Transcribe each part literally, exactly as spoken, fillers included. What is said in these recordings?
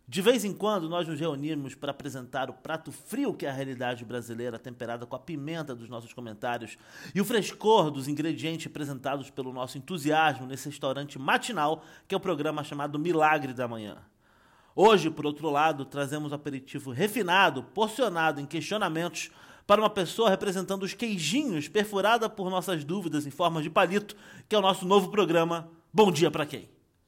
De vez em quando, nós nos reunimos para apresentar o prato frio que é a realidade brasileira, temperada com a pimenta dos nossos comentários e o frescor dos ingredientes apresentados pelo nosso entusiasmo nesse restaurante matinal, que é o programa chamado Milagre da Manhã. Hoje, por outro lado, trazemos um aperitivo refinado, porcionado em questionamentos para uma pessoa representando os queijinhos, perfurada por nossas dúvidas em forma de palito, que é o nosso novo programa Bom Dia Pra Quem?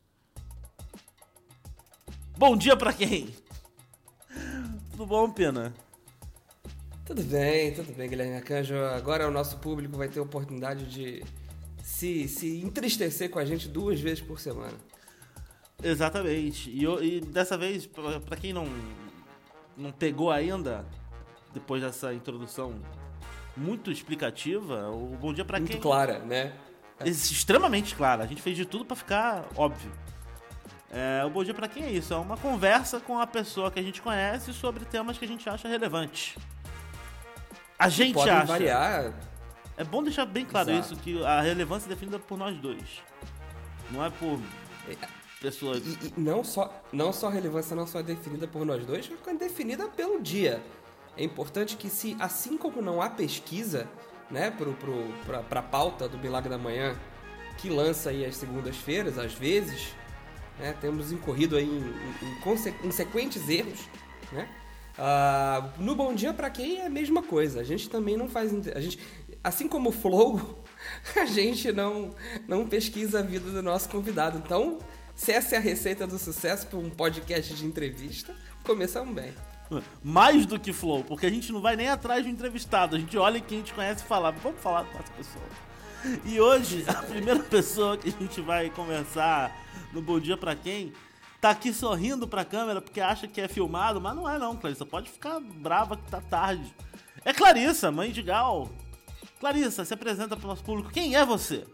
Bom dia pra quem? Tudo bom, Pena? Tudo bem, tudo bem, Guilherme Arcanjo. Agora o nosso público vai ter a oportunidade de se, se entristecer com a gente duas vezes por semana. Exatamente. E, e dessa vez, pra, pra quem não, não pegou ainda, depois dessa introdução muito explicativa, o Bom Dia Pra muito Quem... Muito clara, né? É extremamente clara. A gente fez de tudo pra ficar óbvio. É, o Bom Dia Pra Quem é isso? É uma conversa com a pessoa que a gente conhece sobre temas que a gente acha relevantes. A gente Podem acha... variar. É bom deixar bem claro Exato. isso, que a relevância é definida por nós dois. Não é por pessoas... E, e não, só, não só a relevância não só é definida por nós dois, mas é definida pelo dia. É importante que, se, assim como não há pesquisa, né, para a pauta do Milagre da Manhã, que lança aí às segundas-feiras, às vezes... É, temos incorrido aí em, em, em conse- consequentes erros, né? Ah, no Bom Dia Pra Quem é a mesma coisa. A gente também não faz... A gente, assim como o Flow, a gente não, não pesquisa a vida do nosso convidado. Então, se essa é a receita do sucesso para um podcast de entrevista, começamos bem. Mais do que Flow, porque a gente não vai nem atrás do entrevistado. A gente olha quem a gente conhece e fala, vamos falar com essa pessoa. E hoje, a primeira pessoa que a gente vai conversar no Bom Dia Pra Quem tá aqui sorrindo pra câmera porque acha que é filmado, mas não é não, Clarissa. Pode ficar brava que tá tarde. É Clarissa, mãe de Gal. Clarissa, se apresenta pro nosso público. Quem é você?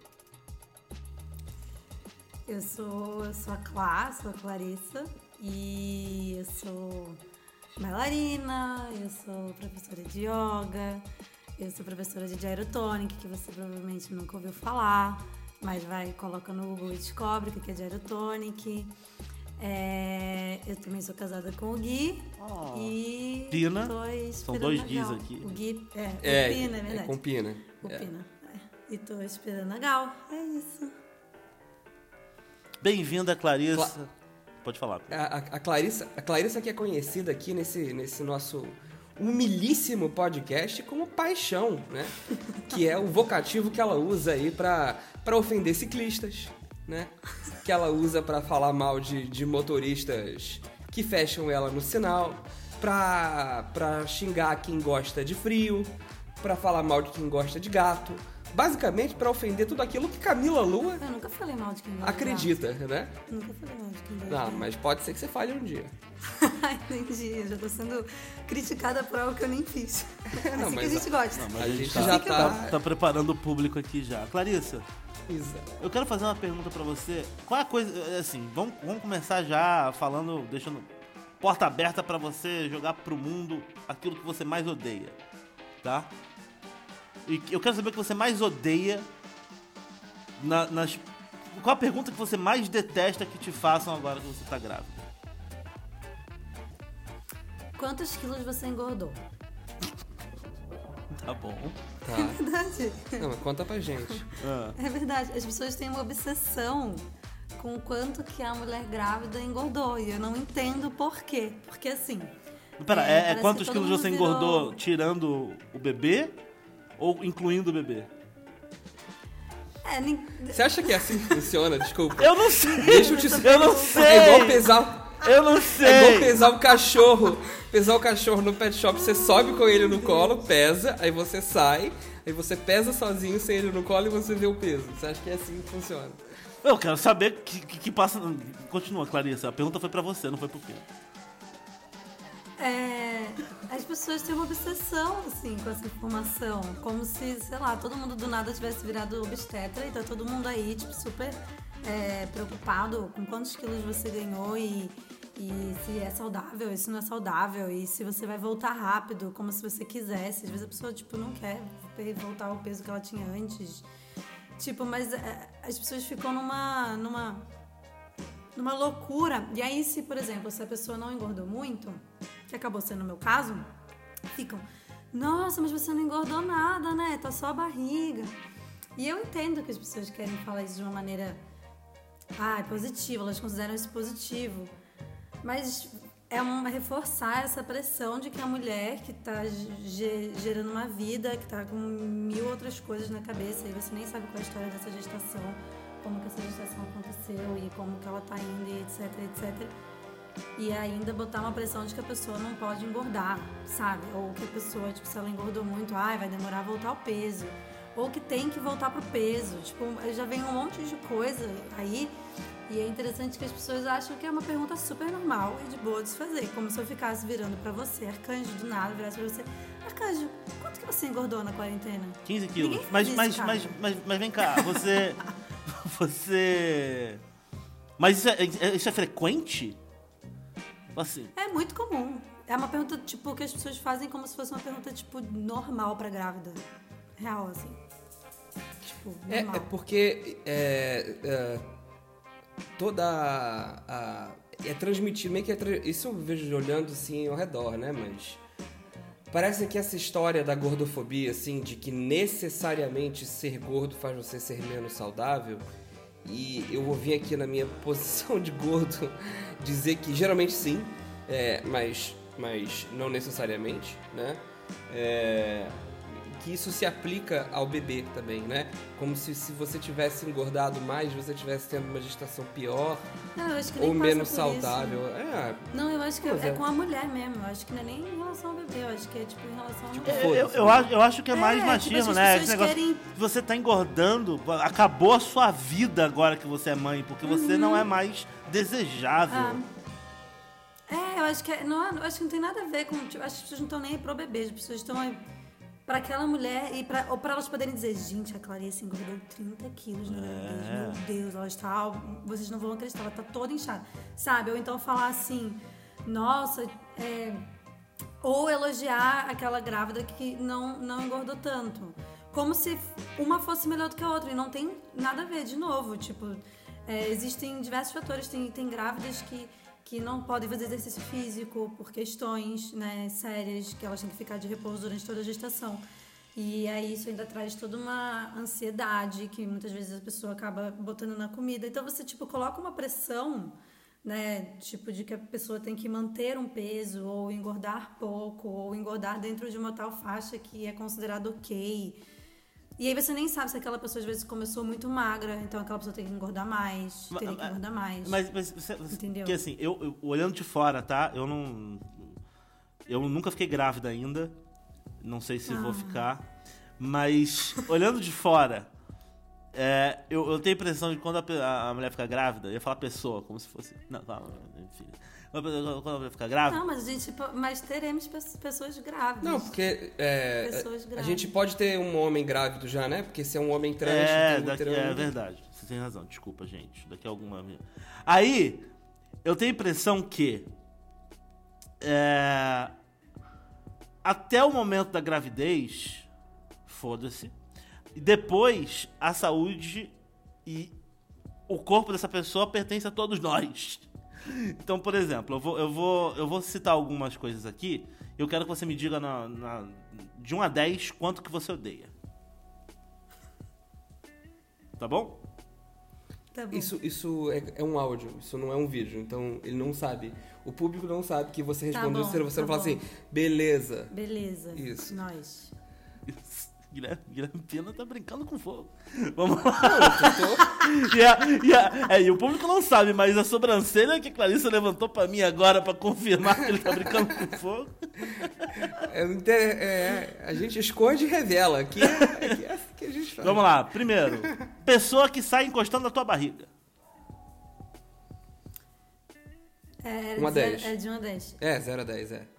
Eu sou, eu sou a Clá, sou a Clarissa. E eu sou bailarina, eu sou professora de yoga... Eu sou professora de Gyrotonic, que você provavelmente nunca ouviu falar, mas vai, coloca no Google e descobre o que é Gyrotonic. É, eu também sou casada com o Gui. Oh. E Pina. São dois Guis aqui. O Gui, é, é, o Pina, é verdade. É com Pina. O é. Pina. É. E tô esperando a Gal. É isso. Bem-vinda, Clarissa. Cla- Pode falar. A, a, a, Clarissa, a Clarissa que é conhecida aqui nesse, nesse nosso... humilíssimo podcast como Paixão, né? Que é o vocativo que ela usa aí pra, pra ofender ciclistas, né? Que ela usa pra falar mal de, de motoristas que fecham ela no sinal, pra, pra xingar quem gosta de frio, pra falar mal de quem gosta de gato. Basicamente pra ofender tudo aquilo que Camila Lua Eu nunca falei mal de quem gosta acredita, de né? gato. Nunca falei mal de quem gosta de Não, gato. mas pode ser que você fale um dia. Entendi, eu já tô sendo criticada por algo que eu nem fiz. Não, assim mas que a gente gosta. Não, mas A a gente, gente tá, já tá, tá- tá preparando o público aqui já. Clarissa, Exato. eu quero fazer uma pergunta pra você. Qual é a coisa, assim, vamos, vamos começar já falando, deixando porta aberta pra você jogar pro mundo aquilo que você mais odeia, tá? E eu quero saber o que você mais odeia na, nas... Qual a pergunta que você mais detesta que te façam agora que você tá grávida? Quantos quilos você engordou? Tá bom. Tá. É verdade. Não, mas conta pra gente. Ah. É verdade. As pessoas têm uma obsessão com o quanto que a mulher grávida engordou. E eu não entendo por quê. Porque assim... Pera, é, é, é parece quantos que todo quilos você mundo engordou virou- tirando o bebê ou incluindo o bebê? É, nem... Você acha que é assim que funciona? Desculpa. Eu não sei. Deixa eu te Eu não sei. É igual pesar. Eu não sei. É igual pesar o cachorro. Pesar o cachorro no pet shop, você sobe com ele no colo, pesa, aí você sai, aí você pesa sozinho sem ele no colo e você vê o peso. Você acha que é assim que funciona? Eu quero saber o que, que, que passa. Continua, Clarissa. A pergunta foi pra você, não foi pro quê? É, as pessoas têm uma obsessão, assim, com essa informação. Como se, sei lá, todo mundo do nada tivesse virado obstetra e tá todo mundo aí, tipo, super é, preocupado com quantos quilos você ganhou e, e se é saudável, e se não é saudável, e se você vai voltar rápido, como se você quisesse. Às vezes a pessoa, tipo, não quer voltar ao peso que ela tinha antes. Tipo, mas é, as pessoas ficam numa... numa numa loucura. E aí, se, por exemplo, se a pessoa não engordou muito, que acabou sendo o meu caso, ficam, nossa, mas você não engordou nada, né? Tá só a barriga. E eu entendo que as pessoas querem falar isso de uma maneira ah, positiva, elas consideram isso positivo. Mas é uma reforçar essa pressão de que a mulher que tá ge- gerando uma vida, que tá com mil outras coisas na cabeça, e você nem sabe qual é a história dessa gestação, como que essa gestação aconteceu e como que ela tá indo, e etc, etcétera. E ainda botar uma pressão de que a pessoa não pode engordar, sabe? Ou que a pessoa, tipo, se ela engordou muito, ai, vai demorar a voltar ao peso. Ou que tem que voltar pro peso. Tipo, já vem um monte de coisa aí. E é interessante que as pessoas acham que é uma pergunta super normal e de boa de se fazer. Como se eu ficasse virando pra você, Arcanjo, do nada, virasse pra você. Arcanjo, quanto que você engordou na quarentena? quinze quilos. Ninguém faz Mas, isso, mas, cara. mas, mas, mas vem cá, você... você... Mas isso é, isso é frequente? Assim, É muito comum. É uma pergunta, tipo, que as pessoas fazem como se fosse uma pergunta, tipo, normal pra grávida. Real, assim. Tipo, É, normal. é porque é, é, toda a, a- é transmitido, meio que é, tra- isso eu vejo olhando assim ao redor, né, mas parece que essa história da gordofobia, assim, de que necessariamente ser gordo faz você ser menos saudável, e eu vou vir aqui na minha posição de gordo dizer que geralmente sim, é, mas, mas não necessariamente, né, é, que isso se aplica ao bebê também, né? Como se, se você tivesse engordado mais, você tivesse tendo uma gestação pior Não, eu acho que nem ou passa menos por saudável. É, Isso. Não, eu acho que Pois é, é. com a mulher mesmo. Eu acho que não é nem em relação ao bebê. Eu acho que é, tipo, em relação à Tipo, mulher. foda-se. eu, eu, acho, eu acho que é mais É, machismo, tipo, as né? pessoas Esse negócio, querem- você tá engordando, acabou a sua vida agora que você é mãe, porque você não é mais desejável. Uhum. Ah. É, eu acho que é- não, eu acho que não tem nada a ver com. Tipo, acho que as pessoas não estão nem aí pro bebê, as pessoas estão aí pra aquela mulher e pra, ou pra elas poderem dizer, gente, a Clarice engordou trinta quilos na gravidez, É. meu Deus, ela está. Vocês não vão acreditar, ela tá toda inchada. Sabe? Ou então falar assim, nossa, é, ou elogiar aquela grávida que não, não engordou tanto. Como se uma fosse melhor do que a outra. E não tem nada a ver, de novo. Tipo, é, existem diversos fatores. Tem, tem grávidas que, que não podem fazer exercício físico por questões, né, sérias, que elas têm que ficar de repouso durante toda a gestação. E aí isso ainda traz toda uma ansiedade que muitas vezes a pessoa acaba botando na comida. Então você, tipo, coloca uma pressão, né, tipo, de que a pessoa tem que manter um peso, ou engordar pouco, ou engordar dentro de uma tal faixa que é considerado ok. E aí você nem sabe se aquela pessoa às vezes começou muito magra, então aquela pessoa tem que engordar mais, teria que engordar mais. Mas, mas você, você- Entendeu? Porque assim, eu, eu- olhando de fora, tá? Eu não. Eu nunca fiquei grávida ainda. Não sei se Ah. vou ficar. Mas, olhando de fora, é, eu, eu tenho a impressão de que quando a, pe- a- a mulher fica grávida, eu ia falar pessoa, como se fosse. Não, calma, enfim. Quando a quando a mulher fica grávida. Não, mas a gente, mas teremos pe- pessoas grávidas. não, porque é, Pessoas a grávidas. gente pode ter um homem grávido já, né? Porque se é um homem trans, É, tem daqui, útero, é verdade. Você tem razão. Desculpa, gente. Daqui a alguma. Aí, eu tenho a impressão que. é, até o momento da gravidez, foda-se. E depois, a saúde e o corpo dessa pessoa pertence a todos nós. Então, por exemplo, eu vou, eu vou, eu vou citar algumas coisas aqui. Eu quero que você me diga na, na- de um a dez quanto que você odeia. Tá bom? Tá bom. Isso, isso é, é um áudio, isso não é um vídeo, então ele não sabe. O público não sabe que você Tá respondeu, bom, você você tá não fala bom. assim, beleza. Beleza. Isso. Nós. Guilherme, Guilherme Pena tá brincando com fogo. Vamos lá. Não, eu tô- E, a- e a- é, e o público não sabe, mas a sobrancelha que a Clarissa levantou pra mim agora pra confirmar que ele tá brincando com fogo. é, não tem- é, a gente esconde e revela. Aqui é, aqui é assim que a gente faz. Vamos lá. Primeiro, pessoa que sai encostando na tua barriga. É, Um a de dez. zero- É de um a dez. É, zero a dez, é.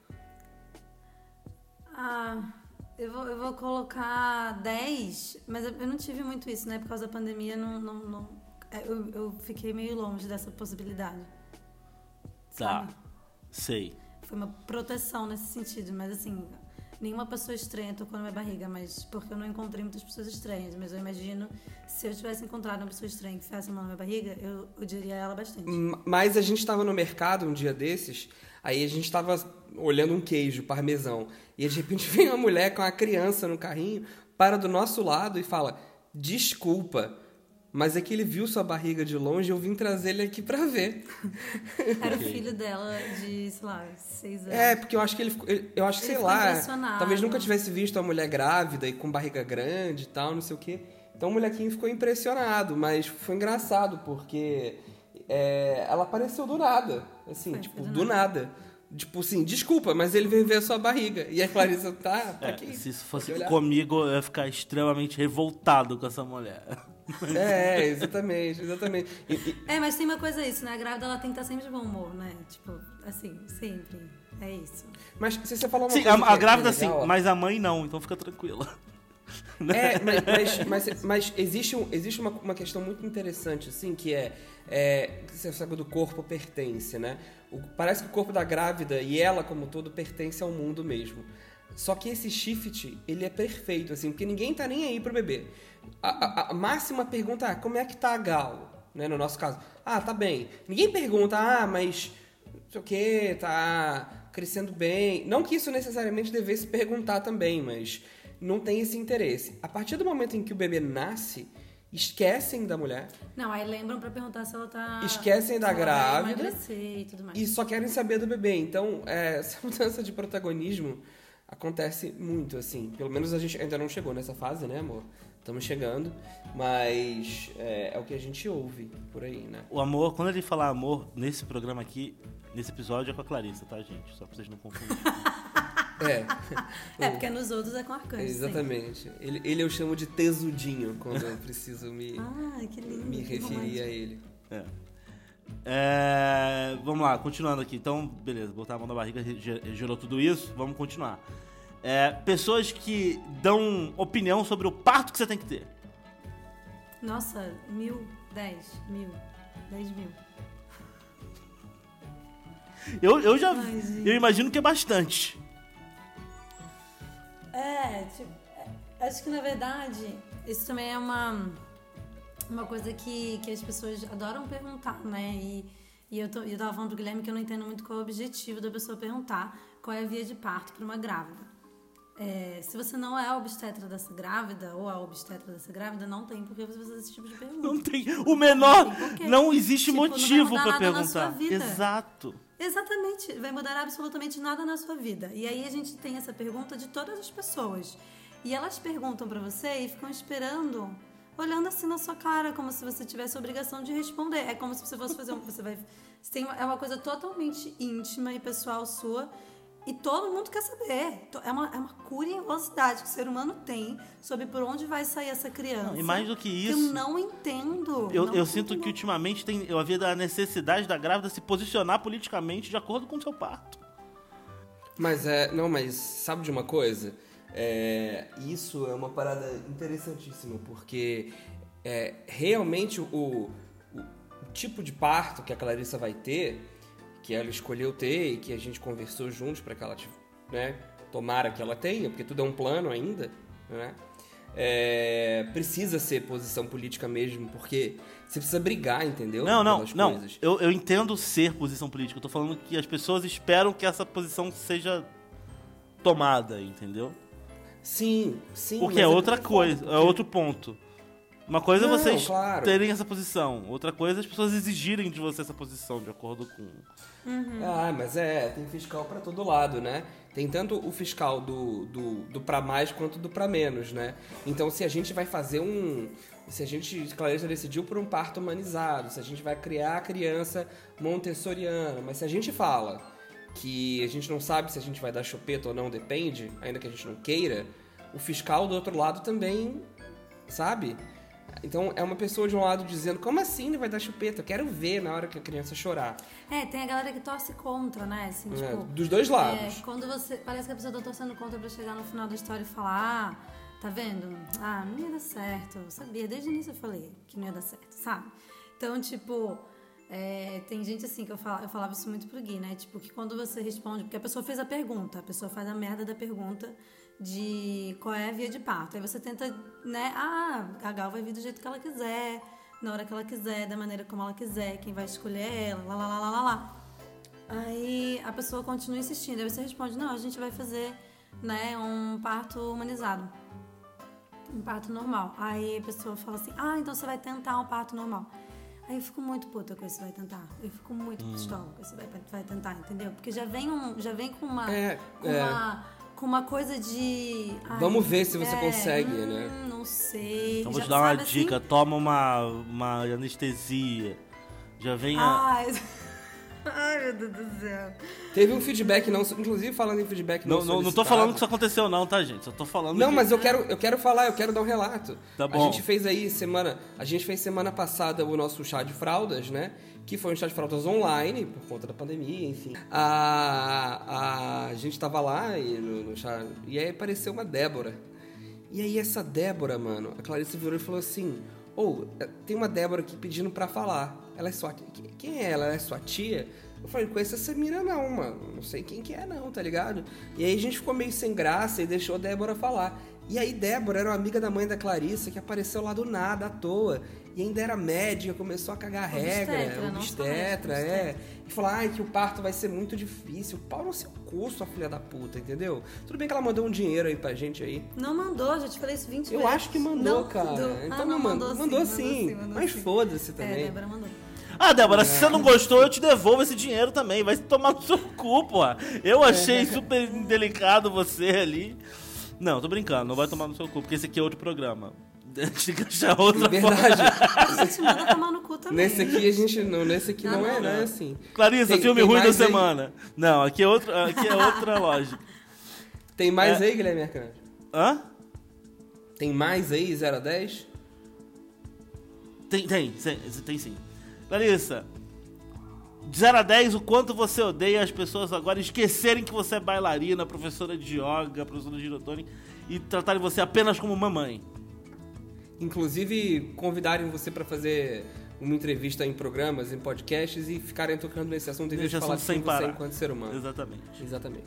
Ah, eu vou, eu vou colocar dez, mas eu, eu não tive muito isso, né? Por causa da pandemia, não, não, não- é, eu, eu fiquei meio longe dessa possibilidade. Tá. Sabe? Sei. Foi uma proteção nesse sentido, mas assim, nenhuma pessoa estranha tocou na minha barriga, mas porque eu não encontrei muitas pessoas estranhas, mas eu imagino, se eu tivesse encontrado uma pessoa estranha que fizesse a mão na minha barriga, eu odiaria ela bastante. Mas a gente estava no mercado um dia desses, aí a gente estava olhando um queijo parmesão, e de repente vem uma mulher com uma criança no carrinho, para do nosso lado e fala, desculpa, mas é que ele viu sua barriga de longe e eu vim trazer ele aqui pra ver. Era o filho dela de, sei lá, seis anos. É, porque eu acho que ele ficou, eu acho que, Ele sei ficou lá, impressionado. talvez nunca tivesse visto a mulher grávida e com barriga grande e tal, não sei o quê. Então o molequinho ficou impressionado, mas foi engraçado, porque é, ela apareceu do nada, assim, Foi, tipo, foi do do nada. Tipo assim, desculpa, mas ele veio ver a sua barriga. E a Clarissa, tá, pra É, quê? se isso fosse Pra que olhar? comigo, eu ia ficar extremamente revoltado com essa mulher. É, exatamente, exatamente. E- e- É, mas tem uma coisa isso, né? A grávida, ela tem que estar sempre de bom humor, né? Tipo, assim, sempre. É isso. mas se você falar uma Sim, coisa a, que a é- grávida é sim, legal, ó. mas a mãe não, então fica tranquila. É, mas, mas, mas, mas existe, um, existe uma, uma questão muito interessante, assim, que é, é você sabe do corpo pertence, né? O, parece que o corpo da grávida e ela como todo pertence ao mundo mesmo. Só que esse shift, ele é perfeito, assim, porque ninguém tá nem aí pro bebê. A, a, a máxima pergunta é, como é que tá a Gal? Né, no nosso caso. Ah, tá bem. Ninguém pergunta, ah, mas não sei o que, tá crescendo bem. Não que isso necessariamente devesse perguntar também, mas não tem esse interesse. A partir do momento em que o bebê nasce, esquecem da mulher Não, aí lembram pra perguntar se ela tá... Esquecem da se ela vai grávida. emagrecer e tudo mais. e só querem saber do bebê. Então, é, essa mudança de protagonismo acontece muito, assim. Pelo menos a gente ainda não chegou nessa fase, né, amor? Estamos chegando, mas é, é o que a gente ouve por aí, né? O amor, quando ele falar amor, nesse programa aqui, nesse episódio é com a Clarissa, tá, gente? Só pra vocês não confundirem. É, É, porque nos outros é com arcanjo. exatamente. Ele, ele eu chamo de tesudinho quando eu preciso me, Ah, que lindo. me que referir romântico. a ele. É. É, vamos lá, continuando aqui. Então, beleza, botar a mão na barriga ge- gerou tudo isso, vamos continuar. É, pessoas que dão opinião sobre o parto que você tem que ter. Nossa, mil, dez, mil, dez mil. Eu, eu já. Ai, gente. Eu imagino que é bastante. É, tipo, é, acho que na verdade isso também é uma, uma coisa que, que as pessoas adoram perguntar, né? E, e eu, tô, eu tava falando pro Guilherme que eu não entendo muito qual é o objetivo da pessoa perguntar qual é a via de parto para uma grávida. É, se você não é a obstetra dessa grávida ou a obstetra dessa grávida, não tem por que você fazer esse tipo de pergunta. Não tem. O menor. Não tem porquê. Não existe Tipo, não vai motivo mudar pra nada na sua perguntar. vida. Exato. Exatamente, vai mudar absolutamente nada na sua vida. E aí a gente tem essa pergunta de todas as pessoas. E elas perguntam pra você e ficam esperando, olhando assim na sua cara, como se você tivesse a obrigação de responder. É como se você fosse fazer um... Você vai, você tem uma, é uma coisa totalmente íntima e pessoal sua. E todo mundo quer saber. É uma, é uma curiosidade que o ser humano tem sobre por onde vai sair essa criança. Não, e mais do que que isso, eu não entendo. Eu, não eu entendo, sinto que não. ultimamente tem, eu havia a necessidade da grávida se posicionar politicamente de acordo com o seu parto. Mas é. Não, mas sabe de uma coisa? É, isso é uma parada interessantíssima, porque é, realmente o, o, o tipo de parto que a Clarissa vai ter, que ela escolheu ter e que a gente conversou juntos para que ela, né, tomara que ela tenha, porque tudo é um plano ainda, né? É, precisa ser posição política mesmo, porque você precisa brigar, entendeu? Não, não, Pelas não. coisas. Eu, eu entendo ser posição política. Eu tô falando que as pessoas esperam que essa posição seja tomada, entendeu? Sim, sim. Porque mas é outra muito coisa, foda, é outro ponto. Uma coisa Não, é vocês claro. terem essa posição, outra coisa é as pessoas exigirem de você essa posição, de acordo com... Ah, mas é, tem fiscal pra todo lado, né? Tem tanto o fiscal do, do, do pra mais quanto do pra menos, né? Então, se a gente vai fazer um... Se a gente, Clarissa decidiu por um parto humanizado, se a gente vai criar a criança montessoriana, mas se a gente fala que a gente não sabe se a gente vai dar chupeta ou não, depende, ainda que a gente não queira, o fiscal do outro lado também, sabe? Então, é uma pessoa de um lado dizendo, como assim não vai dar chupeta? Eu quero ver na hora que a criança chorar. É, tem a galera que torce contra, né? Assim, É, tipo, dos dois lados. É, quando você. Parece que a pessoa tá torcendo contra pra chegar no final da história e falar, ah, tá vendo? Ah, não ia dar certo. Eu sabia, desde o início eu falei que não ia dar certo, sabe? Então, tipo, É, tem gente assim, que eu falava, eu falava isso muito pro Gui, né? Tipo, que quando você responde... Porque a pessoa fez a pergunta, a pessoa faz a merda da pergunta de qual é a via de parto. Aí você tenta, né? Ah, a Gal vai vir do jeito que ela quiser, na hora que ela quiser, da maneira como ela quiser, quem vai escolher é ela, lá, lá, lá, lá, lá, lá. Aí a pessoa continua insistindo, aí você responde, não, a gente vai fazer, né, um parto humanizado. Um parto normal. Aí a pessoa fala assim, ah, então você vai tentar um parto normal. Aí eu fico muito puta com esse vai tentar. Eu fico muito hum. pistola com esse vai, vai tentar, entendeu? Porque já vem, um, já vem com uma... É, com é. uma com uma coisa de... Ai, vamos ver se você é, consegue, hum, né? Não sei. Então vou já te dar uma sabe, dica. assim? Toma uma, uma anestesia. Já vem a... Ai... Ai, meu Deus do céu. Teve um feedback, não, inclusive falando em feedback não Não, não, não tô solicitado. falando que isso aconteceu não, tá, gente? Só tô falando Não, que... mas eu quero, eu quero falar, eu quero dar um relato. Tá bom. A gente fez aí semana, a gente fez semana passada o nosso chá de fraldas, né? Que foi um chá de fraldas online, por conta da pandemia, enfim. A, a gente tava lá e, no, no chá, e aí apareceu uma Débora. E aí essa Débora, mano, a Clarice virou e falou assim, ou, oh, tem uma Débora aqui pedindo pra falar. Ela é sua... Quem é ela? Ela é sua tia? Eu falei, não conheço essa mina não, mano. Não sei quem que é não, tá ligado? E aí a gente ficou meio sem graça e deixou a Débora falar. E aí Débora era uma amiga da mãe da Clarissa que apareceu lá do nada, à toa. E ainda era médica, começou a cagar regra. Obstetra, Obstetra, é. E falou, ai, que o parto vai ser muito difícil. Pau no seu cu, sua filha da puta, entendeu? Tudo bem que ela mandou um dinheiro aí pra gente aí. Não mandou, já te falei isso vinte Eu vezes. acho que mandou, não cara. Mandou. Então ah, não, não mandou, mandou, sim, mandou mandou sim. sim, mandou Mas sim. foda-se também. É, Débora mandou. Ah, Débora, É. se você não gostou, eu te devolvo esse dinheiro também. Vai se tomar no seu cu, pô. Eu achei super indelicado você ali. Não, tô brincando, não vai tomar no seu cu, porque esse aqui é outro programa. A gente tem que achar outra Verdade. A gente manda tomar no cu também. Nesse aqui a gente não, nesse aqui não, Não, é, não. não é assim. Clarissa, Tem- filme tem ruim da mais aí? semana. Não, aqui é, outro, aqui é outra lógica. Tem mais É. aí, Guilherme Arcanjo? Hã? Tem mais aí, zero a dez? Tem, tem, tem, tem sim. Clarissa, de zero a dez, o quanto você odeia as pessoas agora esquecerem que você é bailarina, professora de yoga, professora de girotone e tratarem você apenas como mamãe? Inclusive, convidarem você pra fazer uma entrevista em programas, em podcasts e ficarem tocando nesse assunto em vez Nesse de falar assunto sem quem você é parar. enquanto ser humano. Exatamente. Exatamente.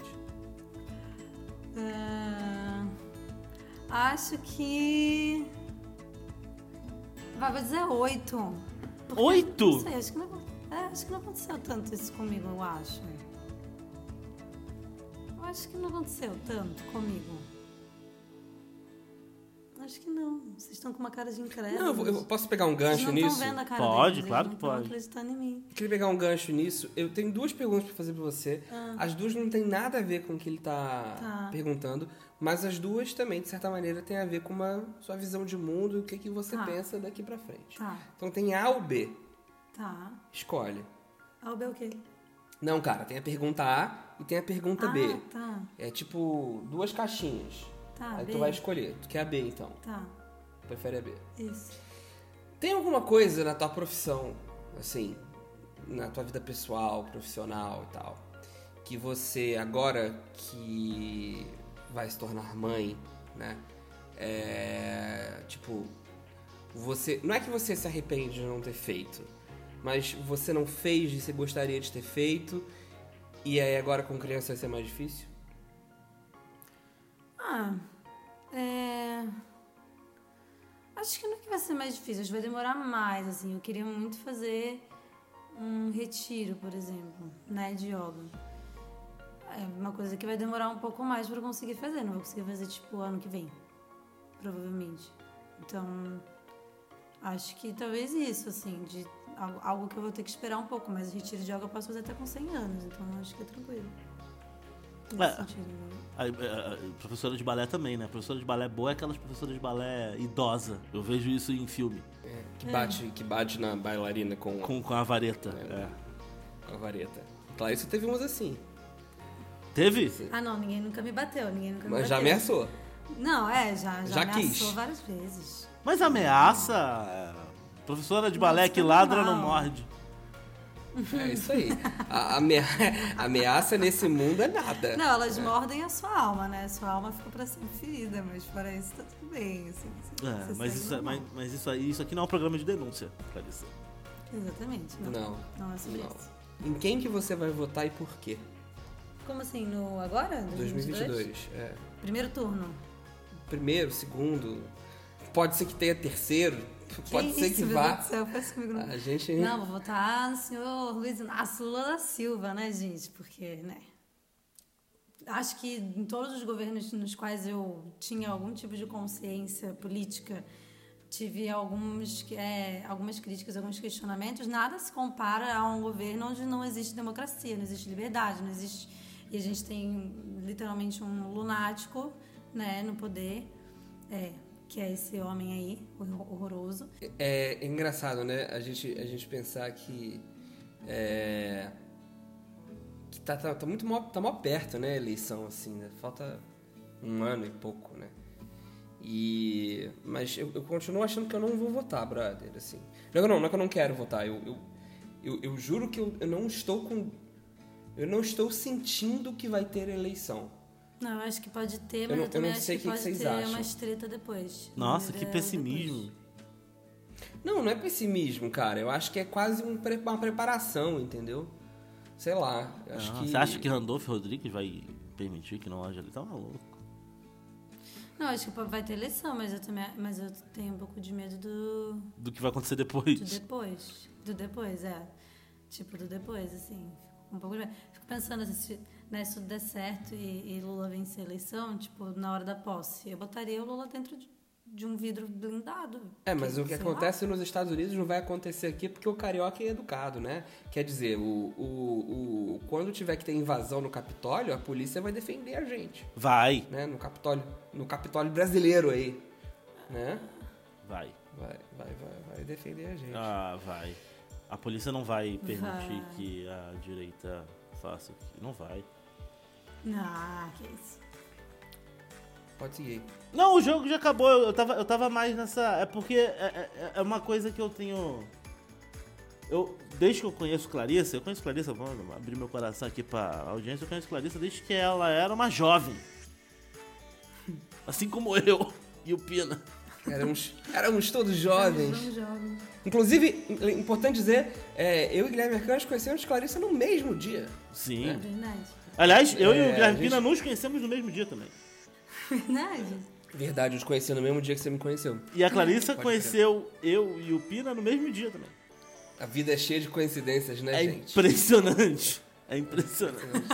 Ah, acho que... Vai, vou dizer oito. Porque, Oito? Não sei, acho que não, é, acho que não aconteceu tanto isso comigo, eu acho. Eu acho que não aconteceu tanto comigo. Acho que não. Vocês estão com uma cara de incrédulo. Não, eu, vou- eu posso pegar um Vocês gancho não nisso? estão vendo a cara Pode, deles, claro eles que não estão pode. acreditando em mim. Queria pegar um gancho nisso. Eu tenho duas perguntas pra fazer pra você. Ah. As duas não tem nada a ver com o que ele tá, Tá. perguntando, mas as duas também, de certa maneira, tem a ver com uma sua visão de mundo e o que, que você Tá. pensa daqui pra frente. Tá, Então tem A ou B. tá. Escolhe. A ou B o quê? Não, cara, tem a pergunta A e tem a pergunta ah, B. tá. É tipo duas caixinhas. Tá, Aí B. tu vai escolher. Tu quer a B, então. Tá, Prefere a B. isso. Tem alguma coisa na tua profissão, assim, na tua vida pessoal, profissional e tal, que você, agora que vai se tornar mãe, né? É, tipo, você... Não é que você se arrepende de não ter feito, mas você não fez e você gostaria de ter feito, e aí agora com criança vai ser mais difícil? Ah, é... Acho que não é que vai ser mais difícil, acho que vai demorar mais, assim. Eu queria muito fazer um retiro, por exemplo, né, de yoga. É uma coisa que vai demorar um pouco mais pra eu conseguir fazer, não vou conseguir fazer, tipo, ano que vem, provavelmente. Então, acho que talvez isso, assim, de algo- algo que eu vou ter que esperar um pouco, mas o retiro de yoga eu posso fazer até com cem anos, então acho que é tranquilo. Nesse É. sentido, né? A, a- a professora de balé também, né? Professora de balé boa é aquelas professoras de balé idosa. Eu vejo isso em filme, É, que, bate, que bate na bailarina com, com, com a vareta. É. É. com a vareta. Clarissa teve uns assim, Teve? Ah, não, ninguém nunca me bateu, ninguém nunca me mas já bateu. ameaçou. Não, é, já, já, Já ameaçou quis. várias vezes. Mas ameaça. é, Professora de balé Nossa, que tá ladra não normal. morde. É isso aí. A amea- ameaça nesse mundo é nada. Não, elas mordem a sua alma, né? Sua alma fica pra sempre ferida, mas fora isso tá tudo bem, assim. você- É, você mas, segue isso, é- normal. mas, mas isso, aí, isso aqui não é um programa de denúncia, Clarissa. Exatamente. Não, Não. não é sobre Não. isso. Em quem que você vai votar e por quê? Como assim, no agora? dois mil e vinte e dois. É. Primeiro turno. Primeiro, segundo. Pode ser que tenha terceiro. Que Pode ser isso, que meu vá. Deus do céu, faz comigo não. A gente. Não, vou votar no senhor Luiz Inácio Lula da Silva, né, gente? Porque, né? Acho que em todos os governos nos quais eu tinha algum tipo de consciência política, tive alguns, é, algumas críticas, alguns questionamentos. Nada se compara a um governo onde não existe democracia, não existe liberdade, não existe... E a gente tem literalmente um lunático, né, no poder, é, que é esse homem aí, horroroso. É, é engraçado, né? A gente, a gente pensar que... É, que tá, tá, tá muito mal, tá mal perto, né, a eleição, assim, né? Falta um ano e pouco, né? E... Mas eu, eu continuo achando que eu não vou votar, brother, assim. Não, não, não é que eu não quero votar. Eu, eu, eu, eu juro que eu, eu não estou com... Eu não estou sentindo que vai ter eleição. Não, eu acho que pode ter, Eu mas eu, não- eu também não acho sei que, o que pode vocês ter acham. umas treta depois. Nossa, que É, pessimismo. depois. Não, não é pessimismo, cara. Eu acho que é quase um pre- uma preparação, entendeu? Sei lá. eu Acho Ah, que... Você acha que Randolph Rodrigues vai permitir que não haja eleição? Tá maluco. Não, acho que vai ter eleição, mas eu também, mas eu tenho um pouco de medo do, Do que vai acontecer do depois. depois. Do depois, é. Tipo, do depois, assim. Fico um pouco de medo. Fico pensando assim, se, né, se tudo der certo e, e Lula vencer a eleição, tipo, na hora da posse, eu botaria o Lula dentro de, de um vidro blindado. É, mas o que sei acontece nos Estados Unidos não vai acontecer aqui porque o carioca é educado, né? Quer dizer, o, o, o, quando tiver que ter invasão no Capitólio, a polícia vai defender a gente, Vai, né? No Capitólio, no Capitólio brasileiro aí, né? vai. Vai, vai, vai, vai defender a gente. Ah, vai. A polícia não vai permitir Vai. que a direita faça o que... Não vai. lá. Ah, que isso. Pode seguir. Não, o jogo já acabou. Eu, eu, tava, eu tava mais nessa... É porque é, é, é uma coisa que eu tenho... Eu, desde que eu conheço Clarissa, eu conheço Clarissa, vamos abrir meu coração aqui pra audiência, eu conheço Clarissa desde que ela era uma jovem. Assim como eu e o Pina. Éramos, éramos todos jovens. Somos jovens. Inclusive, é importante dizer, é, eu e Guilherme Arcanjo conhecemos Clarissa no mesmo dia. Sim. É verdade. Aliás, eu e É, o Guilherme a gente- Pina nos conhecemos no mesmo dia também. Verdade. Verdade, eu te conheci no mesmo dia que você me conheceu. E a Clarissa Pode conheceu eu e o Pina no mesmo dia também. A vida é cheia de coincidências, né, É gente? impressionante. É impressionante.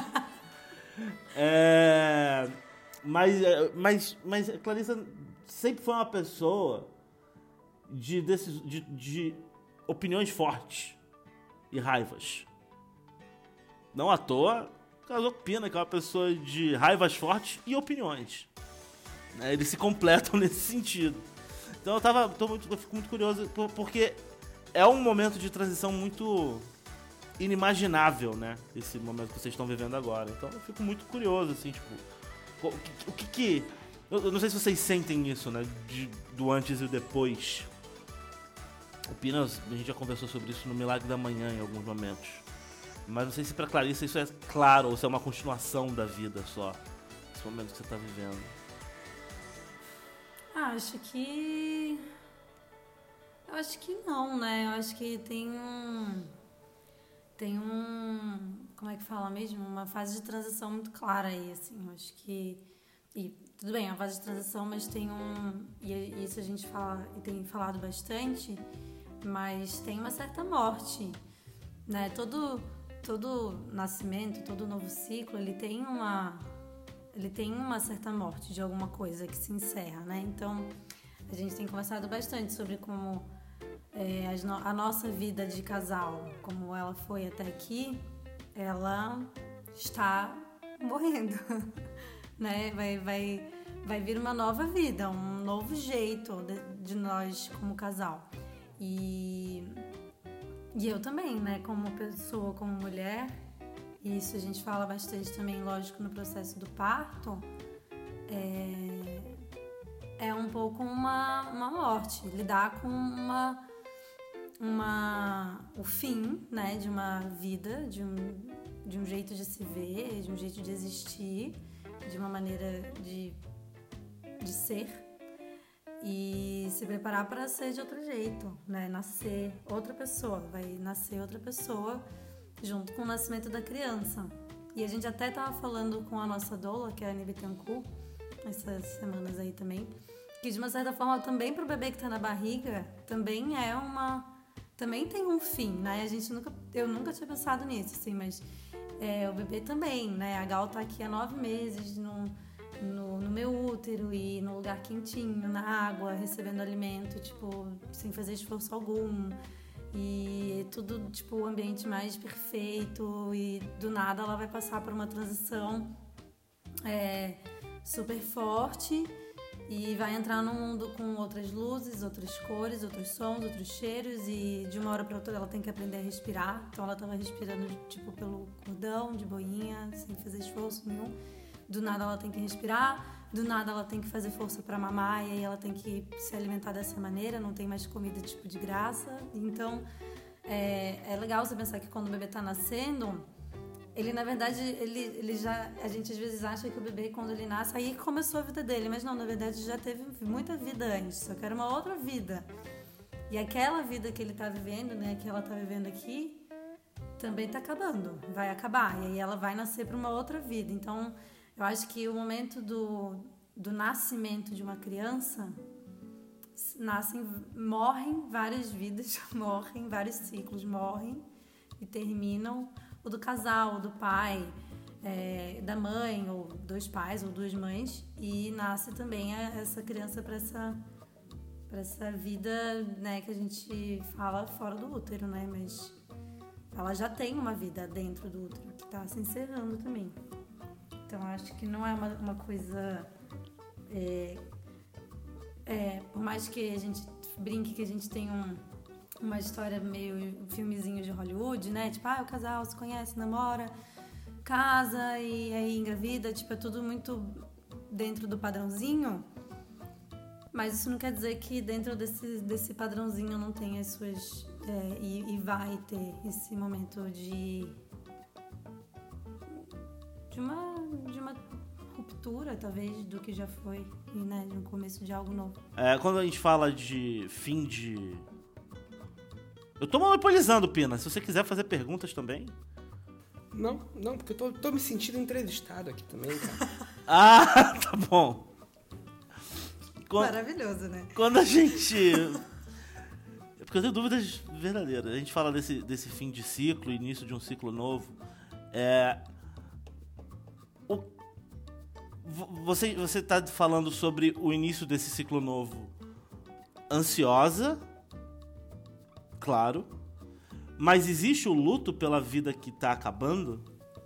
É, mas, é, mas, mas a Clarissa sempre foi uma pessoa de, desses, de, de opiniões fortes e raivas. Não à toa, casou com Pina, que é uma pessoa de raivas fortes e opiniões. Né, eles se completam nesse sentido. Então eu, tava, tô muito, eu fico muito curioso, por- porque é um momento de transição muito inimaginável, né? Esse momento que vocês estão vivendo agora. Então eu fico muito curioso, assim, tipo, o que... O que, que- eu, eu não sei se vocês sentem isso, né? De, do antes e o depois. O Pina, a gente já conversou sobre isso no Milagre da Manhã em alguns momentos. Mas não sei se pra Clarissa isso é claro ou se é uma continuação da vida só. Esse momento que você tá vivendo. Ah, acho que... Eu acho que não, né? Eu acho que tem um... Tem um... Como é que fala mesmo? Uma fase de transição muito clara aí, assim. Eu acho que... E tudo bem, é uma fase de transição, mas tem um... E isso a gente fala e tem falado bastante, mas tem uma certa morte, né? Todo, todo nascimento, todo novo ciclo, ele tem uma... Ele tem uma certa morte de alguma coisa que se encerra, né? Então, a gente tem conversado bastante sobre como é, as no- a nossa vida de casal, como ela foi até aqui, ela está morrendo, né? Vai, vai, vai vir uma nova vida, um novo jeito de, de nós como casal. E, e eu também, né? Como pessoa, como mulher... E isso a gente fala bastante também, lógico, no processo do parto, é, é um pouco uma, uma morte, lidar com uma, uma, o fim, né, de uma vida, de um, de um jeito de se ver, de um jeito de existir, de uma maneira de, de ser. e se preparar para ser de outro jeito, né? Nascer outra pessoa, vai nascer outra pessoa junto com o nascimento da criança. E a gente até estava falando com a nossa doula, que é a Anne Bittencourt, essas semanas aí também, que de uma certa forma também para o bebê que está na barriga, também é uma... também tem um fim, né? A gente nunca... eu nunca tinha pensado nisso, assim, mas é, o bebê também, né? A Gal tá aqui há nove meses no, no, no meu útero e no lugar quentinho, na água, recebendo alimento, tipo, sem fazer esforço algum. E tudo, tipo, o ambiente mais perfeito, e do nada ela vai passar por uma transição é, super forte e vai entrar num mundo com outras luzes, outras cores, outros sons, outros cheiros, e de uma hora para outra ela tem que aprender a respirar. Então ela tava respirando, tipo, pelo cordão, de boinha, sem fazer esforço nenhum. Do nada ela tem que respirar, do nada ela tem que fazer força para mamar, e aí ela tem que se alimentar dessa maneira, não tem mais comida tipo de graça. Então é, é legal você pensar que quando o bebê tá nascendo, ele na verdade, ele, ele já, a gente às vezes acha que o bebê quando ele nasce, aí começou a vida dele, mas não, na verdade já teve muita vida antes, só que era uma outra vida. E aquela vida que ele tá vivendo, né, que ela tá vivendo aqui, também tá acabando, vai acabar, e aí ela vai nascer para uma outra vida. Então eu acho que o momento do, do nascimento de uma criança, nascem, morrem várias vidas, morrem vários ciclos, morrem e terminam o do casal, o do pai, é, da mãe, ou dois pais, ou duas mães, e nasce também essa criança para essa, para essa vida, né, que a gente fala fora do útero, né, mas ela já tem uma vida dentro do útero, que está se encerrando também. Então, acho que não é uma, uma coisa... É, é, por mais que a gente brinque que a gente tem um, uma história meio um filmezinho de Hollywood, né? Tipo, ah, o casal se conhece, namora, casa e aí engravida. Tipo, é tudo muito dentro do padrãozinho. Mas isso não quer dizer que dentro desse, desse padrãozinho não tem as suas... É, e, e vai ter esse momento de... De uma, de uma ruptura, talvez, do que já foi, e, né, no começo de algo novo. É, quando a gente fala de fim de... Eu tô monopolizando, Pina. Se você quiser fazer perguntas também. Não, não, porque eu tô, tô me sentindo entrevistado aqui também, cara. Ah, tá bom. Quando, Maravilhoso, né? Quando a gente... É porque eu tenho dúvidas verdadeiras. A gente fala desse, desse fim de ciclo, início de um ciclo novo. É... Você, você tá falando sobre o início desse ciclo novo ansiosa, claro, mas existe o luto pela vida que tá acabando?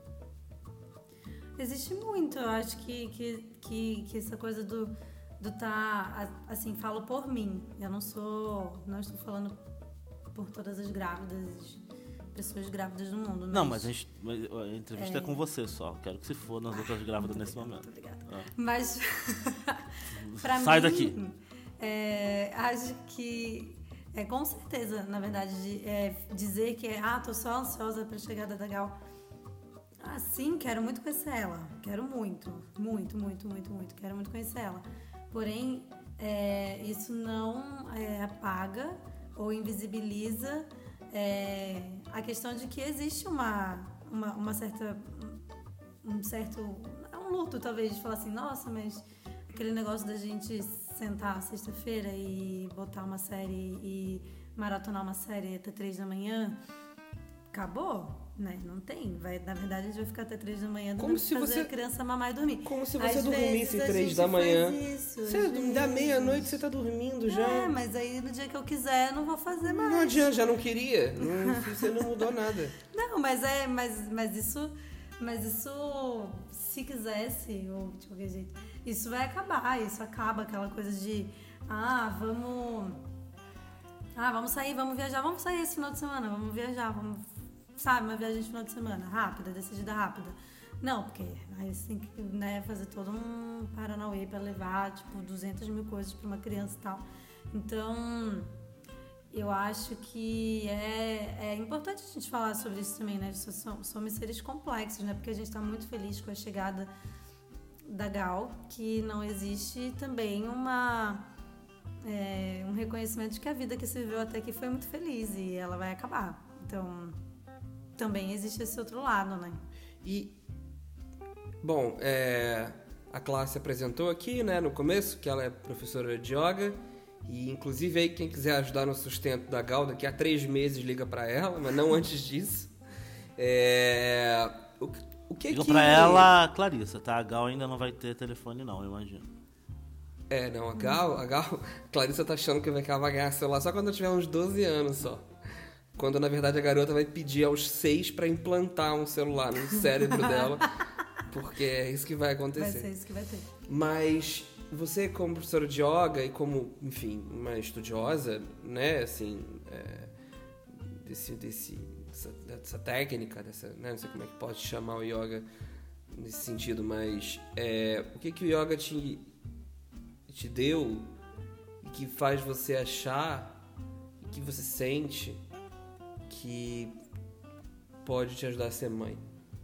Existe muito, eu acho que, que, que, que essa coisa do, do tá, assim, falo por mim, eu não sou, não estou falando por todas as grávidas, pessoas grávidas do mundo. Mas... Não, mas a, gente, a entrevista é... é com você só. Quero que você for nas outras grávidas nesse momento. Obrigada. Ah. Mas, pra Sai mim, daqui. É, acho que, é, com certeza, na verdade, de, é, dizer que, ah, tô só ansiosa pra chegada da Gal. Ah, sim, quero muito conhecer ela. Quero muito, muito, muito, muito, muito. Quero muito conhecer ela. Porém, é, isso não é, apaga ou invisibiliza É, a questão de que existe uma, uma, uma certa, um certo, um luto talvez, de falar assim, nossa, mas aquele negócio da gente sentar sexta-feira e botar uma série e maratonar uma série até três da manhã, acabou, né? Não tem, vai, na verdade a gente vai ficar até três da manhã como se fazer você, a criança mamar e dormir. Como se você Às dormisse três da manhã. Isso, você, da meia-noite você tá dormindo já. É, mas aí no dia que eu quiser eu não vou fazer mais. Não adianta, já não queria. Não, você não mudou nada. Não, mas é, mas, mas isso, mas isso, se quisesse, ou de qualquer jeito, isso vai acabar, isso acaba, aquela coisa de, ah, vamos, ah, vamos sair, vamos viajar, vamos sair esse final de semana, vamos viajar, vamos, sabe, uma viagem de final de semana, rápida, decidida rápida. Não, porque aí você tem que, né, fazer todo um paranauê pra levar, tipo, duzentas mil coisas pra uma criança e tal. Então, eu acho que é, é importante a gente falar sobre isso também, né? Somos, somos seres complexos, né? Porque a gente tá muito feliz com a chegada da Gal, que não existe também uma... é, um reconhecimento de que a vida que se viveu até aqui foi muito feliz e ela vai acabar. Então, também existe esse outro lado, né? E, bom, é, a classe apresentou aqui, né, no começo, que ela é professora de yoga. E, inclusive, aí, quem quiser ajudar no sustento da Gal, daqui a três meses liga pra ela, mas não antes disso. É, o, o que Liga que... pra ela, Clarissa, tá? A Gal ainda não vai ter telefone, não, eu imagino. É, não, a Gal, a Gal, a Clarissa tá achando que vai, que ela vai ganhar celular só quando ela tiver uns doze anos só. Quando, na verdade, a garota vai pedir aos seis pra implantar um celular no cérebro dela, porque é isso que vai acontecer. Vai ser isso que vai ter. Mas você, como professora de yoga e como, enfim, uma estudiosa, né, assim, é, desse, desse, dessa, dessa técnica, dessa, né, não sei como é que pode chamar o yoga nesse sentido, mas é, o que, que o yoga te, te deu e que faz você achar, e que você sente que pode te ajudar a ser mãe?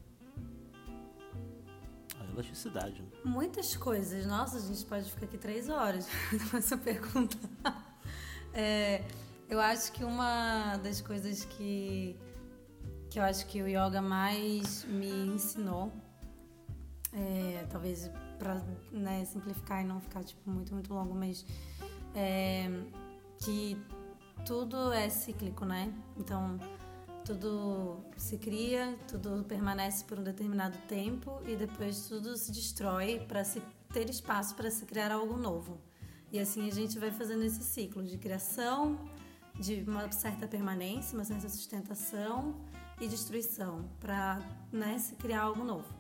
A elasticidade. Né? Muitas coisas. Nossa, a gente pode ficar aqui três horas com essa pergunta. É, eu acho que uma das coisas que, que eu acho que o yoga mais me ensinou, é, talvez para, né, simplificar e não ficar tipo, muito, muito longo, mas é, que tudo é cíclico, né? Então, tudo se cria, tudo permanece por um determinado tempo e depois tudo se destrói para se ter espaço para se criar algo novo. E assim a gente vai fazendo esse ciclo de criação, de uma certa permanência, uma certa sustentação e destruição para, né, se criar algo novo.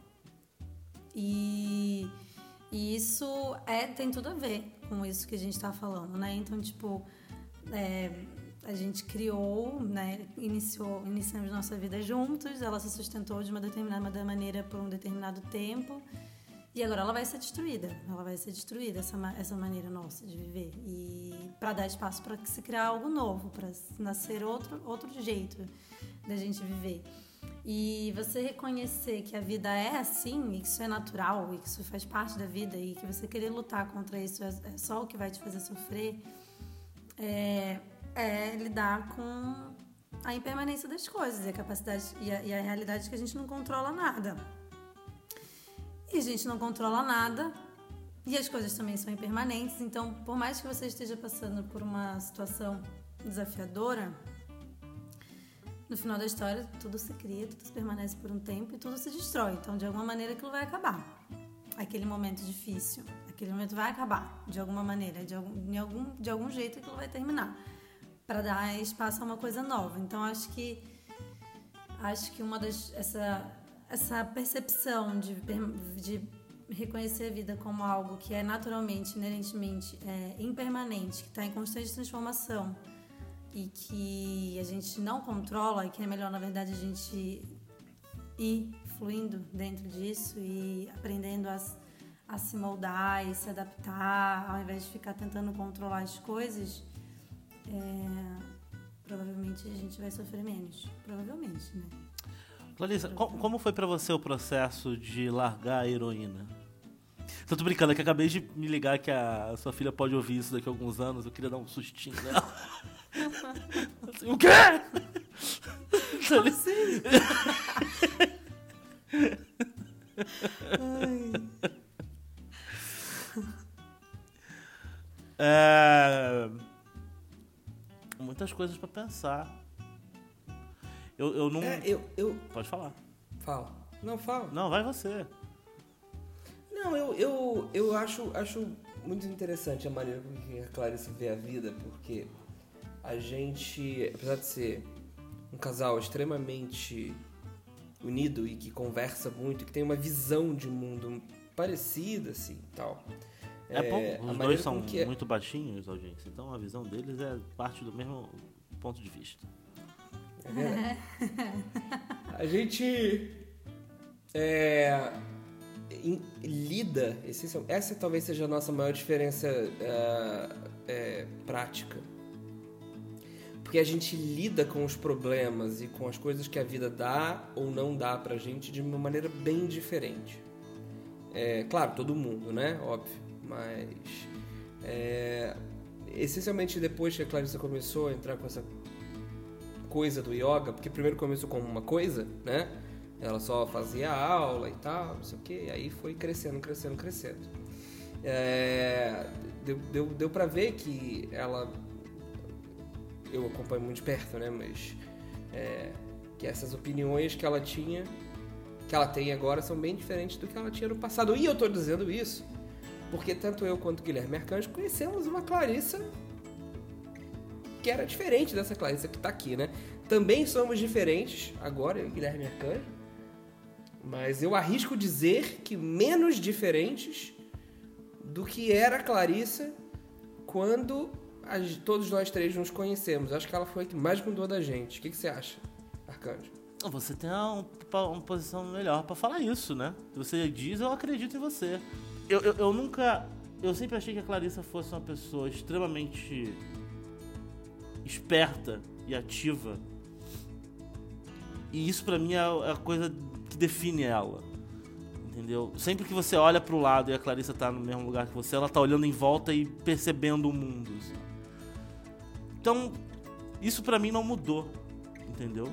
E, e isso é, tem tudo a ver com isso que a gente está falando, né? Então, tipo, é, a gente criou, né, iniciou, iniciamos nossa vida juntos, ela se sustentou de uma determinada maneira por um determinado tempo e agora ela vai ser destruída, ela vai ser destruída, essa, essa maneira nossa de viver, e para dar espaço para se criar algo novo, para nascer outro, outro jeito da gente viver. E você reconhecer que a vida é assim, e que isso é natural, e que isso faz parte da vida, e que você querer lutar contra isso é só o que vai te fazer sofrer, é, é lidar com a impermanência das coisas, e a capacidade e a, e a realidade que a gente não controla nada. E a gente não controla nada, e as coisas também são impermanentes, então por mais que você esteja passando por uma situação desafiadora, no final da história, tudo se cria, tudo se permanece por um tempo e tudo se destrói. Então, de alguma maneira, aquilo vai acabar. Aquele momento difícil, aquele momento vai acabar, de alguma maneira, de algum, de algum, de algum jeito aquilo vai terminar, para dar espaço a uma coisa nova. Então, acho que, acho que uma das, essa, essa percepção de, de reconhecer a vida como algo que é naturalmente, inerentemente, é, impermanente, que está em constante transformação, e que a gente não controla, e que é melhor, na verdade, a gente ir fluindo dentro disso e aprendendo a, a se moldar e se adaptar, ao invés de ficar tentando controlar as coisas, é, provavelmente a gente vai sofrer menos. Provavelmente, né? Clarissa, co- como foi pra você o processo de largar a heroína? Tô, tô brincando, é que acabei de me ligar que a sua filha pode ouvir isso daqui a alguns anos, eu queria dar um sustinho nela. O quê? Como assim? É... Muitas coisas pra pensar. Eu, eu não... É, eu, eu... Pode falar. Fala. Não, fala. Não, vai você. Não, eu, eu, eu acho, acho muito interessante a maneira com que a Clarissa vê a vida, porque a gente, apesar de ser um casal extremamente unido e que conversa muito, que tem uma visão de mundo parecida, assim, tal. É, É, bom, a os maneira dois são com que é- muito baixinhos, audiência, então a visão deles é parte do mesmo ponto de vista. É verdade. A gente é, em- lida, essencial- essa talvez seja a nossa maior diferença é, é, prática. Porque a gente lida com os problemas e com as coisas que a vida dá ou não dá pra gente de uma maneira bem diferente. É, claro, todo mundo, né? Óbvio. Mas é, essencialmente depois que a Clarissa começou a entrar com essa coisa do yoga, porque primeiro começou como uma coisa, né? Ela só fazia aula e tal, não sei o quê, e aí foi crescendo, crescendo, crescendo. É, deu, deu, deu pra ver que ela... Eu acompanho muito de perto, né? Mas... É, que essas opiniões que ela tinha, que ela tem agora, são bem diferentes do que ela tinha no passado. E eu tô dizendo isso porque tanto eu quanto o Guilherme Arcanjo conhecemos uma Clarissa que era diferente dessa Clarissa que tá aqui, né? Também somos diferentes agora, eu e o Guilherme Arcanjo, mas eu arrisco dizer que menos diferentes do que era a Clarissa quando as, todos nós três nos conhecemos. Acho que ela foi a que mais mudou da gente. O que, que você acha, Arcanjo? Você tem uma, uma posição melhor pra falar isso, né? Você diz, eu acredito em você. Eu, eu, eu nunca... Eu sempre achei que a Clarissa fosse uma pessoa extremamente esperta e ativa. E isso pra mim é a coisa que define ela. Entendeu? Sempre que você olha pro lado e a Clarissa tá no mesmo lugar que você, ela tá olhando em volta e percebendo o mundo. Assim. Então, isso pra mim não mudou. Entendeu?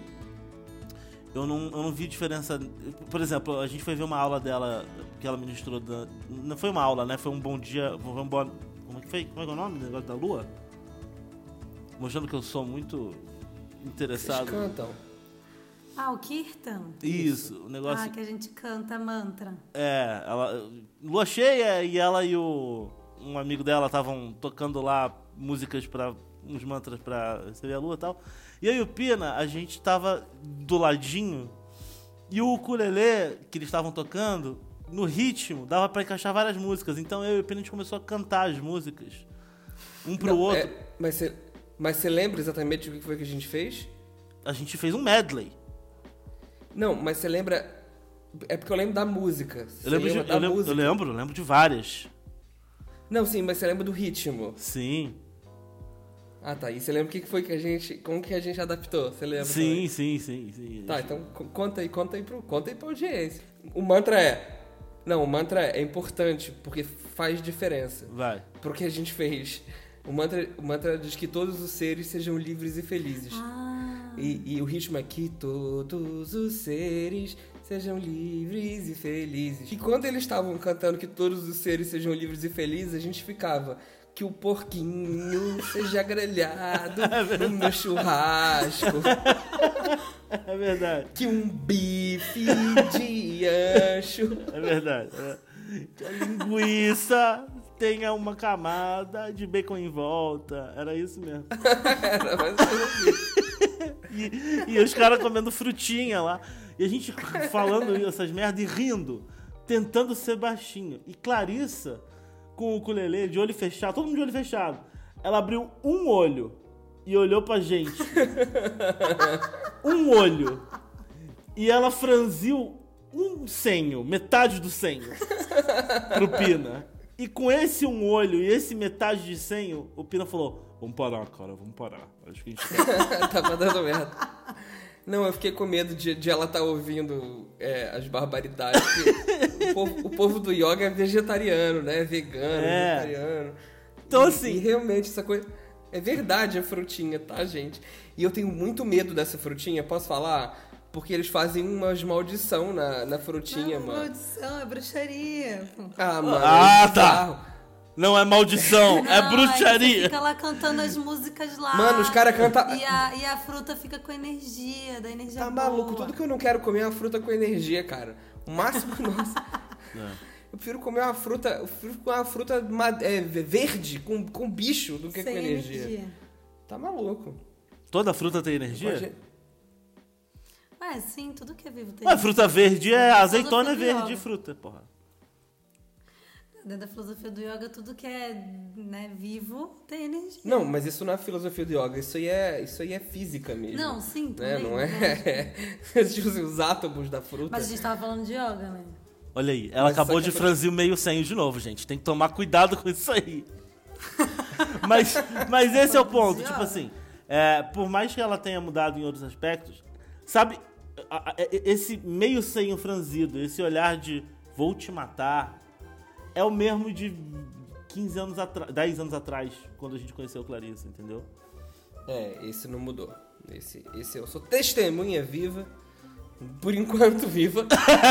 Eu não, eu não vi diferença. Por exemplo, a gente foi ver uma aula dela que ela ministrou. Da, não foi uma aula, né? Foi um bom dia. Foi um bom, como é que foi? Como é que é o nome? O negócio da lua? Mostrando que eu sou muito interessado. Vocês cantam. Ah, o Kirtan? Isso, o negócio. Ah, que a gente canta mantra. É, ela, lua cheia e ela e o um amigo dela estavam tocando lá músicas para uns mantras pra receber a lua e tal. E eu e o Pina, a gente tava do ladinho e o ukulele que eles estavam tocando, no ritmo, dava pra encaixar várias músicas. Então eu e o Pina, a gente começou a cantar as músicas, um pro Não, outro. É, mas você mas você lembra exatamente o que foi que a gente fez? A gente fez um medley. Não, mas você lembra... É porque eu lembro da música. Você Eu lembro, de, lembra da eu, lembro, música? eu lembro, eu lembro de várias. Não, sim, mas você lembra do ritmo. Sim. Ah, tá. E você lembra o que foi que a gente... Como que a gente adaptou? Você lembra Sim, também? sim, sim, sim. Tá, então co- conta aí, conta aí, pro, conta aí pra audiência. O mantra é... Não, o mantra é importante, porque faz diferença. Vai. Porque a gente fez... O mantra, o mantra diz que todos os seres sejam livres e felizes. Ah. E, e o ritmo é que todos os seres sejam livres e felizes. E quando eles estavam cantando que todos os seres sejam livres e felizes, a gente ficava... Que o porquinho seja grelhado no meu churrasco. É verdade. Que um bife de ancho. É verdade. É. Que a linguiça tenha uma camada de bacon em volta. Era isso mesmo. Era mais ou menos isso. E, e os caras comendo frutinha lá. E a gente falando essas merdas e rindo. Tentando ser baixinho. E Clarissa, com o ukulele de olho fechado, todo mundo de olho fechado. Ela abriu um olho e olhou pra gente. Um olho. E ela franziu um senho, metade do senho, pro Pina. E com esse um olho e esse metade de senho, o Pina falou: vamos parar, cara, vamos parar. Acho que a gente tá... Tava dando merda. Não, eu fiquei com medo de, de ela estar tá ouvindo é, as barbaridades. o, povo, o povo do yoga é vegetariano, né? É vegano, É. vegetariano. Então, E- assim- E realmente essa coisa... É verdade a frutinha, tá, gente? E eu tenho muito medo dessa frutinha, posso falar? Porque eles fazem umas maldição na, na frutinha, Não, mano. maldição, é bruxaria. pô. Ah, mano. Ah, é tá. bizarro. Não é maldição, é Não, bruxaria. aí você fica lá cantando as músicas lá. Mano, os cara canta- E a, e a fruta fica com energia, da energia Tá boa. maluco? Tudo que eu não quero comer é uma fruta com energia, cara. O máximo que... Nossa... É. Eu prefiro comer uma fruta, eu prefiro comer uma fruta ma- é, verde, com, com bicho, do que Sem com energia. energia. Tá maluco. Toda fruta tem energia? Pode- Ué, sim, tudo que é vivo tem. Ué, fruta verde é azeitona é Filosofia do verde yoga. fruta, porra. Dentro da filosofia do yoga, tudo que é né, vivo tem energia. Não, mas isso não é filosofia do yoga, isso aí é, isso aí é física mesmo. Não, sim, né? também. Não né? é tipo assim, os átomos da fruta. Mas a gente tava falando de yoga, né? Olha aí, ela Mas acabou só que de a- franzir o meio senho de novo, gente. Tem que tomar cuidado com isso aí. mas, mas esse é o ponto, tipo assim, é, por mais que ela tenha mudado em outros aspectos, sabe, a- a- esse meio senho franzido, esse olhar de vou te matar, é o mesmo de quinze anos atrás, dez anos atrás, quando a gente conheceu Clarissa, entendeu? É, esse não mudou. Esse, esse eu sou testemunha viva, por enquanto viva.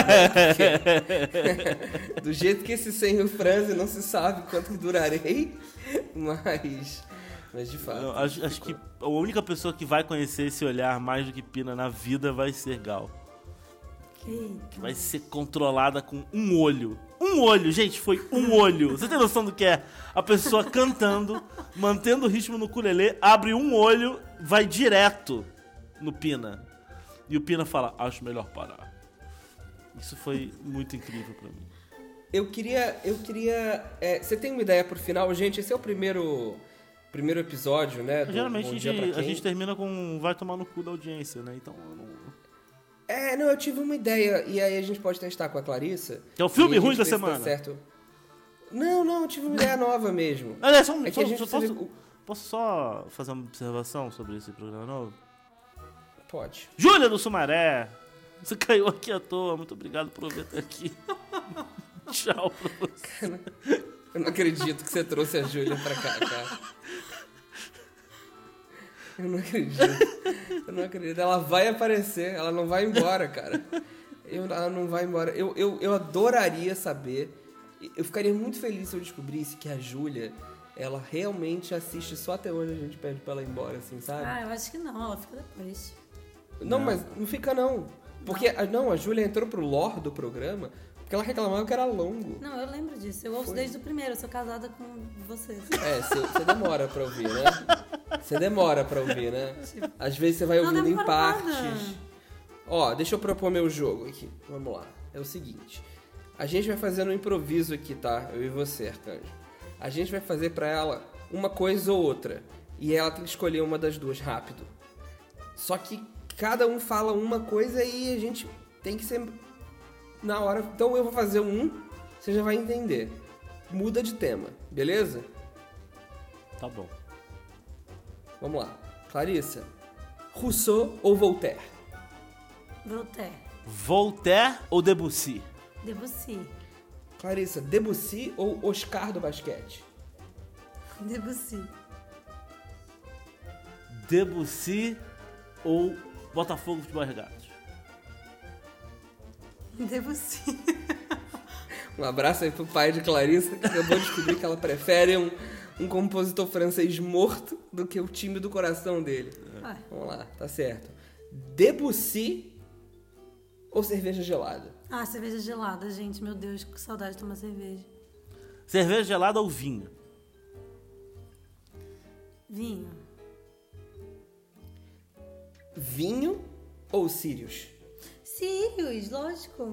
Porque, do jeito que esse senhor Franzi não se sabe quanto que durarei, mas, mas de fato. Eu acho, acho que a única pessoa que vai conhecer esse olhar mais do que Pina na vida vai ser Gal. Que vai ser controlada com um olho. Um olho, gente, foi um olho. Você tem noção do que é? A pessoa cantando, mantendo o ritmo no ukulele, abre um olho, vai direto no Pina. E o Pina fala, acho melhor parar. Isso foi muito incrível pra mim. Eu queria... Eu queria é, você tem uma ideia pro final? Gente, esse é o primeiro... Primeiro episódio, né? Do Geralmente Bom a Dia Pra gente, a Quem. gente termina com vai tomar no cu da audiência, né? Então eu não... É, não, eu tive uma ideia, e aí a gente pode testar com a Clarissa. Que é o filme e a ruim gente da vê se tá semana. certo. Não, não, eu tive uma ideia nova mesmo. Aliás, só, um- É que só- a gente só precisa posso, ver posso só fazer uma observação sobre esse programa novo? Pode. Júlia do Sumaré, você caiu aqui à toa, muito obrigado por vir até aqui. Tchau pra você. Eu não acredito que você trouxe a Júlia pra cá, cara. Eu não acredito. Eu não acredito. Ela vai aparecer, ela não vai embora, cara. Eu, ela não vai embora. Eu, eu, eu adoraria saber. Eu ficaria muito feliz se eu descobrisse que a Júlia, ela realmente assiste só até onde a gente pede pra ela ir embora, assim, sabe? Ah, eu acho que não, ela fica depois. Não, mas não fica não. Porque, a- não, a Júlia entrou pro lore do programa porque ela reclamava que era longo. Não, eu lembro disso. Eu ouço Foi. desde o primeiro, eu sou casada com vocês. É, você demora pra ouvir, né? Você demora pra ouvir, né? Às vezes você vai Não ouvindo em demora partes. nada. Ó, deixa eu propor meu jogo aqui. Vamos lá. É o seguinte. A gente vai fazendo um improviso aqui, tá? Eu e você, Arcanjo. A gente vai fazer pra ela uma coisa ou outra. E ela tem que escolher uma das duas rápido. Só que cada um fala uma coisa e a gente tem que ser na hora. Então eu vou fazer um, você já vai entender. Muda de tema, beleza? Tá bom. Vamos lá. Clarissa, Rousseau ou Voltaire? Voltaire. Voltaire ou Debussy? Debussy. Clarissa, Debussy ou Oscar do basquete? Debussy. Debussy ou Botafogo Futebol Regatas? Debussy. Um abraço aí pro pai de Clarissa, que acabou de descobrir que ela prefere um, um compositor francês morto do que o time do coração dele. Ué, Vamos lá, tá certo. Debussy ou cerveja gelada? Ah, cerveja gelada, gente. Meu Deus, que saudade de tomar cerveja. Cerveja gelada ou vinho? Vinho. Vinho ou Sirius? Sirius, lógico.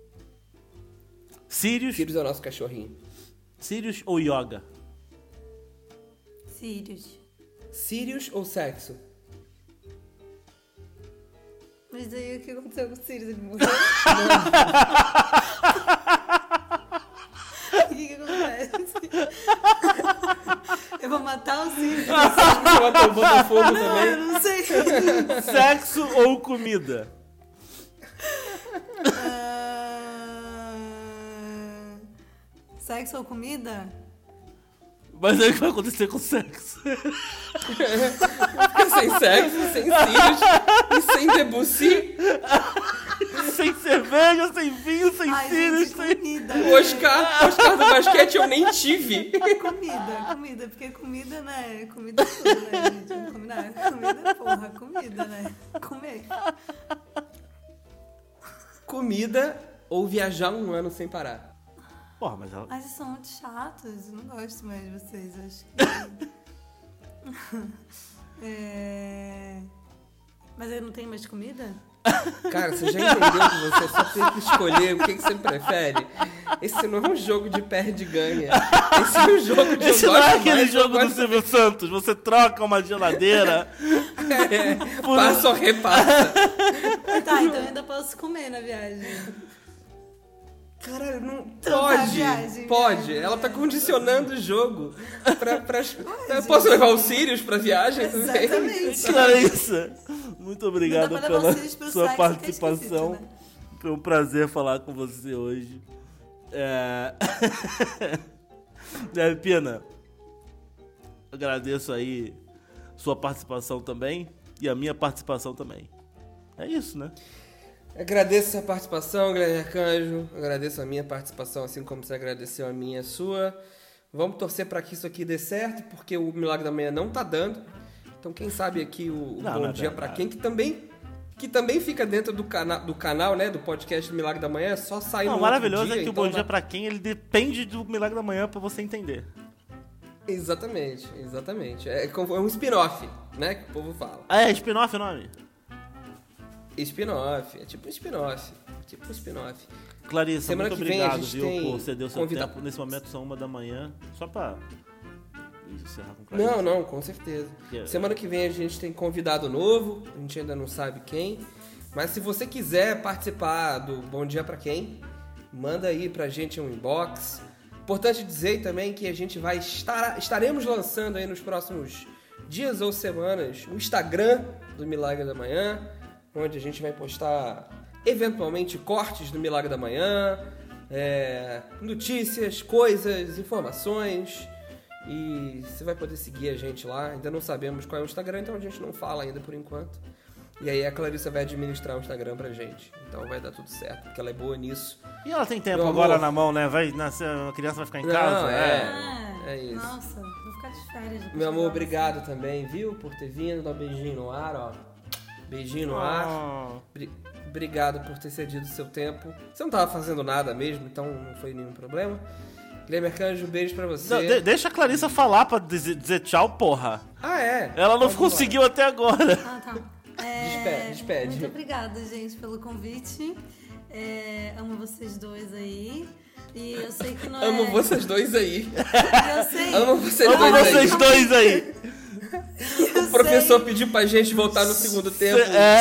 Sirius, Sirius é o nosso cachorrinho. Sirius ou yoga? Sirius. Sirius ou sexo? Mas aí o que aconteceu com o Sirius? Ele morreu? O que que acontece? Eu vou matar o Sirius? Você bota o Botafogo Não, eu também? não sei. Sexo ou comida? Ah, Sexo ou comida? Mas aí o que vai acontecer com o sexo? Fica sem sexo, sem Sirius e sem Debussy. Sem cerveja, sem vinho, sem Ai, Sirius, gente, sem... comida. O Oscar, o Oscar do basquete eu nem tive. Comida, comida, porque comida, né? Comida é tudo, né, gente? Vamos combinar. Comida, porra, comida, né? Comer. Comida ou viajar um ano sem parar? Porra, mas ela... Mas vocês são muito chatos, eu não gosto mais de vocês, eu acho que... é... Mas eu não tenho mais comida? Cara, você já entendeu que você só tem que escolher o que, que você prefere? Esse não é um jogo de perde e ganha. Esse é um jogo de Esse eu não gosto é aquele mais, eu jogo do gosto- Silvio Santos. Você troca uma geladeira... É, Por- passa ou repassa. Tá, então eu ainda posso comer na viagem. Caralho, não Então tá, pode. viagem, Pode. viagem, Ela tá viagem. condicionando o jogo. Pra, pra... Eu posso levar o Sirius pra viagem também? Exatamente. Clarissa, muito obrigado Não dá pra levar pela o Sirius pro sua sexo, que é participação. esquisito, Foi um prazer falar com você hoje. É... É, Pina, agradeço aí sua participação também e a minha participação também. É isso, né? Agradeço a participação, Guilherme Arcanjo. Agradeço a minha participação, assim como você agradeceu a minha e a sua. Vamos torcer para que isso aqui dê certo, porque o Milagre da Manhã não tá dando. Então, quem sabe aqui o, o Não, Bom não é Dia verdade. para quem, que também, que também fica dentro do, cana do canal, né? Do podcast do Milagre da Manhã, é só sair Não, no maravilhoso outro dia, é que então o Bom Dia na- Pra Quem, ele depende do Milagre da Manhã pra você entender. Exatamente, exatamente. É, como- é um spin-off, né? Que o povo fala. Ah, é spin-off o nome? Spin-off, é tipo um spin-off. Tipo um spin-off. Clarissa, Semana muito que vem a obrigado, gente viu, tem por ceder o seu convida- tempo. Nesse momento são uma da manhã, só pra encerrar com Clarissa. Não, não, com certeza. Yeah. Semana que vem a gente tem convidado novo, a gente ainda não sabe quem. Mas se você quiser participar do Bom Dia Pra Quem, manda aí pra gente um inbox. Importante dizer também que a gente vai estar, estaremos lançando aí nos próximos dias ou semanas o Instagram do Milagre da Manhã, onde a gente vai postar eventualmente cortes do Milagre da Manhã, é, notícias, coisas, informações. E você vai poder seguir a gente lá. Ainda não sabemos qual é o Instagram, então a gente não fala ainda por enquanto. E aí a Clarissa vai administrar o Instagram pra gente. Então vai dar tudo certo, porque ela é boa nisso. E ela tem tempo Meu agora amor. na mão, né? Vai nascer, a criança vai ficar em Não, casa. é. Ah, é isso. Nossa, vou ficar de férias. depois Meu que amor, eu obrigado também, viu? Por ter vindo. Dá um beijinho no ar, ó. Beijinho no ar. Oh. Bri- Obrigado por ter cedido o seu tempo. Você não tava fazendo nada mesmo, então não foi nenhum problema. Guilherme Arcanjo, um beijo pra você. Não, de- deixa a Clarissa falar pra dizer, dizer tchau, porra. Ah, é? Ela não Pode ir conseguiu até agora. Ah, tá. É, Despede, despede. Muito obrigada, gente, pelo convite. É, amo vocês dois aí. E eu sei que não embora. é... Amo vocês dois aí. E eu sei... Amo vocês Amo dois aí. vocês dois aí. eu O professor sei- pediu pra gente voltar no segundo tempo. É,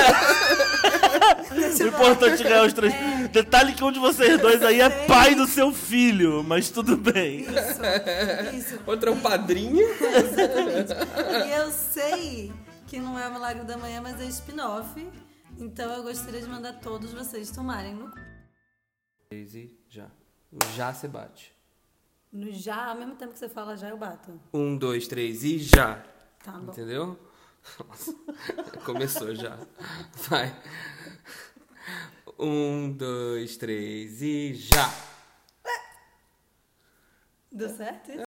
Deixa o eu falar. importante é ganhar os três. Detalhe que um de vocês dois aí é sei. pai do seu filho, mas tudo bem. Isso, isso. Outro é um padrinho. Exatamente. E eu sei que não é o Milagre da Manhã, mas é spin-off. Então eu gostaria de mandar todos vocês tomarem no, E já. Já se bate. no já, ao mesmo tempo que você fala já, eu bato. Um, dois, três e já. Tá bom. Entendeu? Nossa, começou já. Vai. Um, dois, três e já. Deu certo isso?